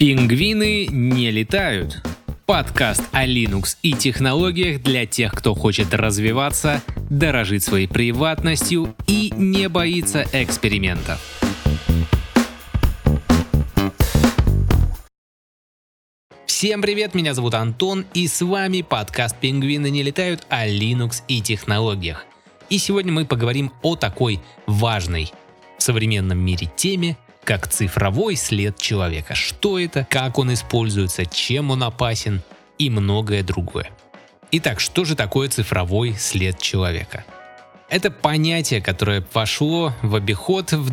Пингвины не летают. Подкаст о Linux и технологиях для тех, кто хочет развиваться, дорожить своей приватностью и не боится экспериментов. Всем привет, меня зовут Антон, и с вами подкаст «Пингвины не летают» о Linux и технологиях. И сегодня мы поговорим о такой важной в современном мире теме, как цифровой след человека. Что это, как он используется, чем он опасен и многое другое. Итак, что же такое цифровой след человека? Это понятие, которое вошло в обиход в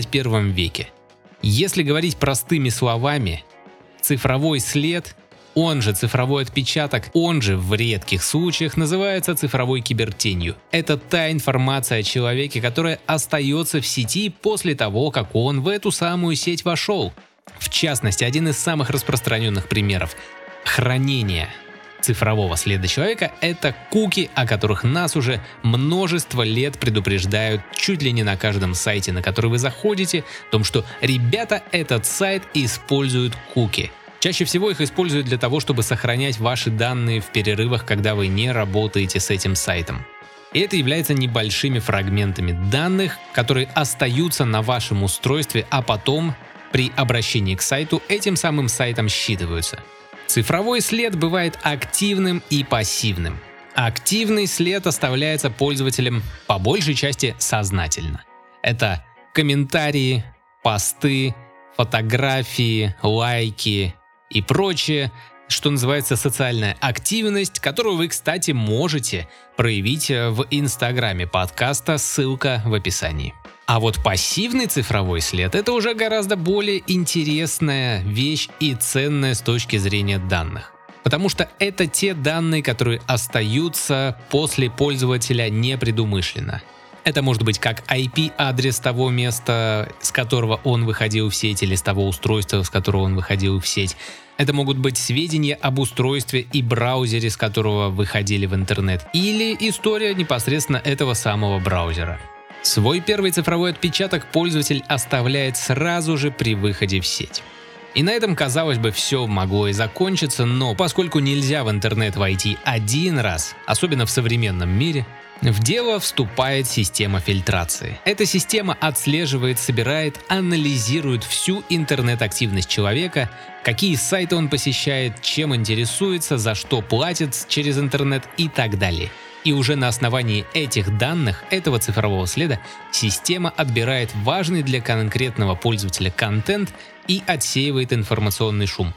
21 веке. Если говорить простыми словами, цифровой след, он же цифровой отпечаток, он же в редких случаях называется цифровой кибертенью. Это та информация о человеке, которая остается в сети после того, как он в эту самую сеть вошел. В частности, один из самых распространенных примеров хранения цифрового следа человека — это куки, о которых нас уже множество лет предупреждают чуть ли не на каждом сайте, на который вы заходите, о том, что ребята, этот сайт использует куки. Чаще всего их используют для того, чтобы сохранять ваши данные в перерывах, когда вы не работаете с этим сайтом. И это является небольшими фрагментами данных, которые остаются на вашем устройстве, а потом при обращении к сайту этим самым сайтом считываются. Цифровой след бывает активным и пассивным. Активный след оставляется пользователем по большей части сознательно. Это комментарии, посты, фотографии, лайки и прочее, что называется социальная активность, которую вы, кстати, можете проявить в инстаграме подкаста, ссылка в описании. А вот пассивный цифровой след — это уже гораздо более интересная вещь и ценная с точки зрения данных. Потому что это те данные, которые остаются после пользователя непредумышленно. Это может быть как IP-адрес того места, с которого он выходил в сеть, или с того устройства, с которого он выходил в сеть. Это могут быть сведения об устройстве и браузере, с которого выходили в интернет, или история непосредственно этого самого браузера. Свой первый цифровой отпечаток пользователь оставляет сразу же при выходе в сеть. И на этом, казалось бы, все могло и закончиться, но поскольку нельзя в интернет войти один раз, особенно в современном мире, в дело вступает система фильтрации. Эта система отслеживает, собирает, анализирует всю интернет-активность человека, какие сайты он посещает, чем интересуется, за что платит через интернет и так далее. И уже на основании этих данных, этого цифрового следа, система отбирает важный для конкретного пользователя контент и отсеивает информационный шум.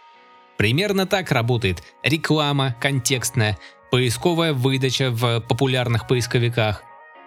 Примерно так работает реклама контекстная, поисковая выдача в популярных поисковиках.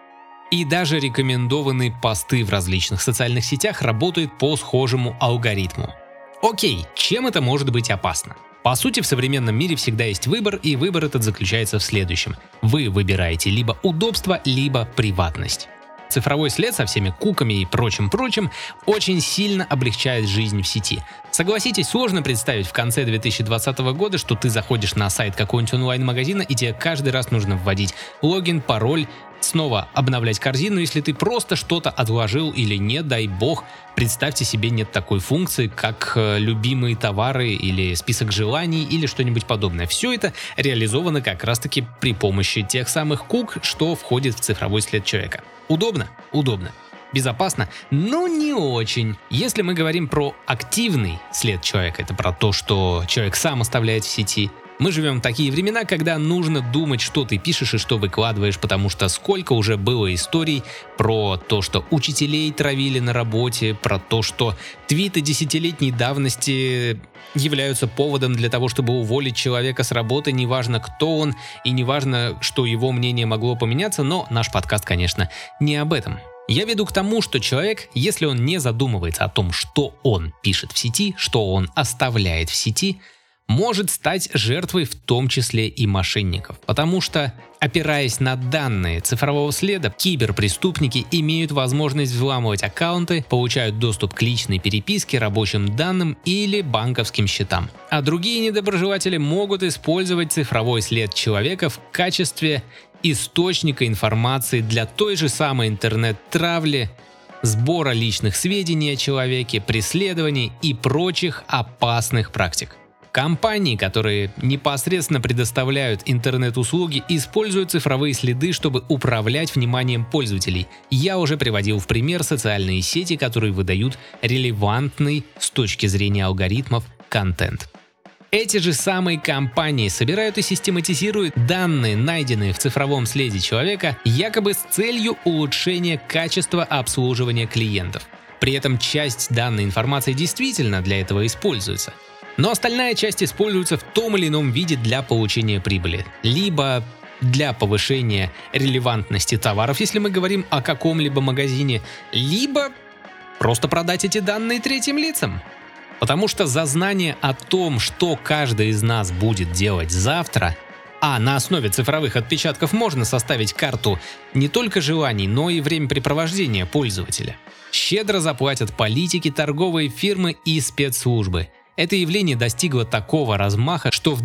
И даже рекомендованные посты в различных социальных сетях работают по схожему алгоритму. Окей, чем это может быть опасно? По сути, в современном мире всегда есть выбор, и выбор этот заключается в следующем. Вы выбираете либо удобство, либо приватность. Цифровой след со всеми куками и прочим очень сильно облегчает жизнь в сети. Согласитесь, сложно представить в конце 2020 года, что ты заходишь на сайт какого-нибудь онлайн-магазина, и тебе каждый раз нужно вводить логин, пароль, снова обновлять корзину, если ты просто что-то отложил или не дай бог. Представьте себе, нет такой функции, как любимые товары или список желаний или что-нибудь подобное. Все это реализовано как раз-таки при помощи тех самых кук, что входит в цифровой след человека. Удобно? Удобно. Безопасно? Но не очень. Если мы говорим про активный след человека, это про то, что человек сам оставляет в сети. Мы живем в такие времена, когда нужно думать, что ты пишешь и что выкладываешь, потому что сколько уже было историй про то, что учителей травили на работе, про то, что твиты десятилетней давности являются поводом для того, чтобы уволить человека с работы, неважно кто он и неважно, что его мнение могло поменяться, но наш подкаст, конечно, не об этом. Я веду к тому, что человек, если он не задумывается о том, что он пишет в сети, что он оставляет в сети, может стать жертвой в том числе и мошенников. Потому что, опираясь на данные цифрового следа, киберпреступники имеют возможность взламывать аккаунты, получают доступ к личной переписке, рабочим данным или банковским счетам. А другие недоброжелатели могут использовать цифровой след человека в качестве источника информации для той же самой интернет-травли, сбора личных сведений о человеке, преследований и прочих опасных практик. Компании, которые непосредственно предоставляют интернет-услуги, используют цифровые следы, чтобы управлять вниманием пользователей. Я уже приводил в пример социальные сети, которые выдают релевантный с точки зрения алгоритмов контент. Эти же самые компании собирают и систематизируют данные, найденные в цифровом следе человека, якобы с целью улучшения качества обслуживания клиентов. При этом часть данной информации действительно для этого используется. Но остальная часть используется в том или ином виде для получения прибыли. Либо для повышения релевантности товаров, если мы говорим о каком-либо магазине, либо просто продать эти данные третьим лицам. Потому что за знание о том, что каждый из нас будет делать завтра, а на основе цифровых отпечатков можно составить карту не только желаний, но и времяпрепровождения пользователя, щедро заплатят политики, торговые фирмы и спецслужбы. Это явление достигло такого размаха, что в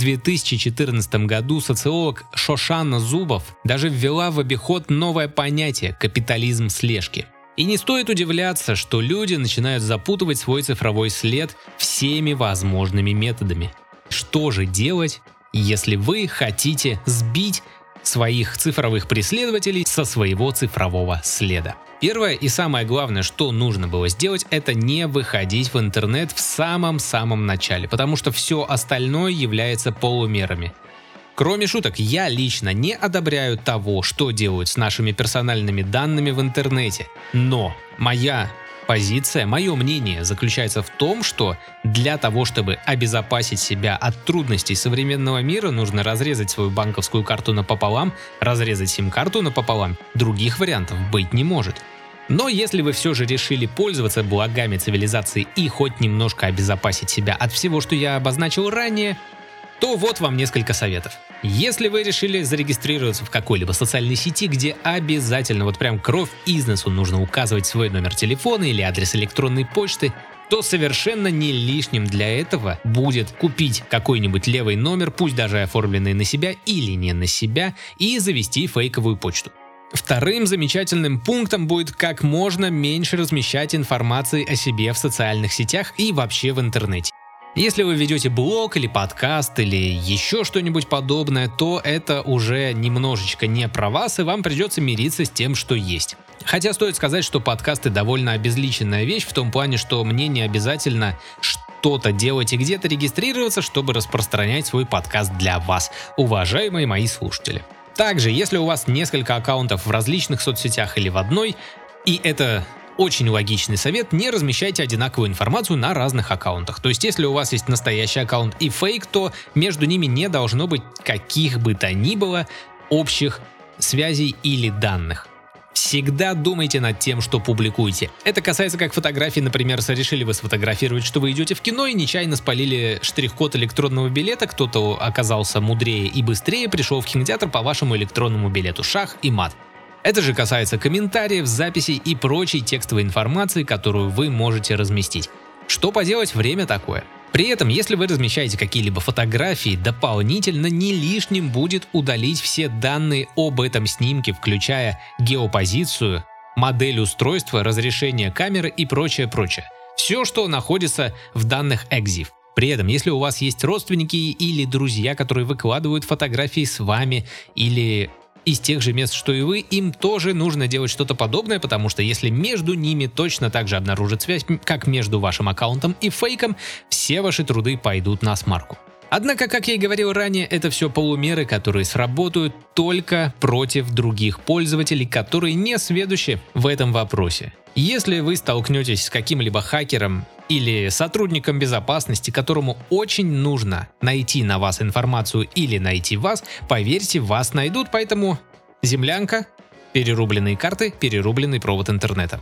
2014 году социолог Шошана Зубов даже ввела в обиход новое понятие – капитализм слежки. И не стоит удивляться, что люди начинают запутывать свой цифровой след всеми возможными методами. Что же делать, если вы хотите сбить своих цифровых преследователей со своего цифрового следа? Первое и самое главное, что нужно было сделать, это не выходить в интернет в самом-самом начале, потому что все остальное является полумерами. Кроме шуток, я лично не одобряю того, что делают с нашими персональными данными в интернете. Но моя позиция, мое мнение заключается в том, что для того, чтобы обезопасить себя от трудностей современного мира, нужно разрезать свою банковскую карту напополам, разрезать сим-карту напополам. Других вариантов быть не может. Но если вы все же решили пользоваться благами цивилизации и хоть немножко обезопасить себя от всего, что я обозначил ранее, то вот вам несколько советов. Если вы решили зарегистрироваться в какой-либо социальной сети, где обязательно вот прям кровь из носу нужно указывать свой номер телефона или адрес электронной почты, то совершенно не лишним для этого будет купить какой-нибудь левый номер, пусть даже оформленный на себя или не на себя, и завести фейковую почту. Вторым замечательным пунктом будет как можно меньше размещать информации о себе в социальных сетях и вообще в интернете. Если вы ведете блог или подкаст или еще что-нибудь подобное, то это уже немножечко не про вас, и вам придется мириться с тем, что есть. Хотя стоит сказать, что подкасты довольно обезличенная вещь в том плане, что мне не обязательно что-то делать и где-то регистрироваться, чтобы распространять свой подкаст для вас, уважаемые мои слушатели. Также, если у вас несколько аккаунтов в различных соцсетях или в одной, и это очень логичный совет, не размещайте одинаковую информацию на разных аккаунтах. То есть, если у вас есть настоящий аккаунт и фейк, то между ними не должно быть каких бы то ни было общих связей или данных. Всегда думайте над тем, что публикуете. Это касается как фотографий, например, решили вы сфотографировать, что вы идете в кино и нечаянно спалили штрих-код электронного билета, кто-то оказался мудрее и быстрее, пришел в кинотеатр по вашему электронному билету. Шах и мат. Это же касается комментариев, записей и прочей текстовой информации, которую вы можете разместить. Что поделать, время такое. При этом, если вы размещаете какие-либо фотографии, дополнительно не лишним будет удалить все данные об этом снимке, включая геопозицию, модель устройства, разрешение камеры и прочее. Все, что находится в данных EXIF. При этом, если у вас есть родственники или друзья, которые выкладывают фотографии с вами или из тех же мест, что и вы, им тоже нужно делать что-то подобное, потому что если между ними точно так же обнаружат связь, как между вашим аккаунтом и фейком, все ваши труды пойдут на смарку. Однако, как я и говорил ранее, это все полумеры, которые сработают только против других пользователей, которые не сведущи в этом вопросе. Если вы столкнетесь с каким-либо хакером или сотрудником безопасности, которому очень нужно найти на вас информацию или найти вас, поверьте, вас найдут, поэтому землянка, перерубленные карты, перерубленный провод интернета.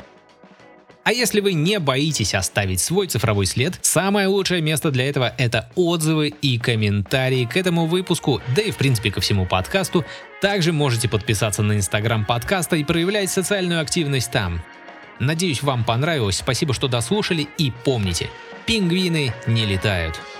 А если вы не боитесь оставить свой цифровой след, самое лучшее место для этого — это отзывы и комментарии к этому выпуску, да и в принципе ко всему подкасту. Также можете подписаться на Instagram подкаста и проявлять социальную активность там. Надеюсь, вам понравилось, спасибо, что дослушали, и помните, пингвины не летают.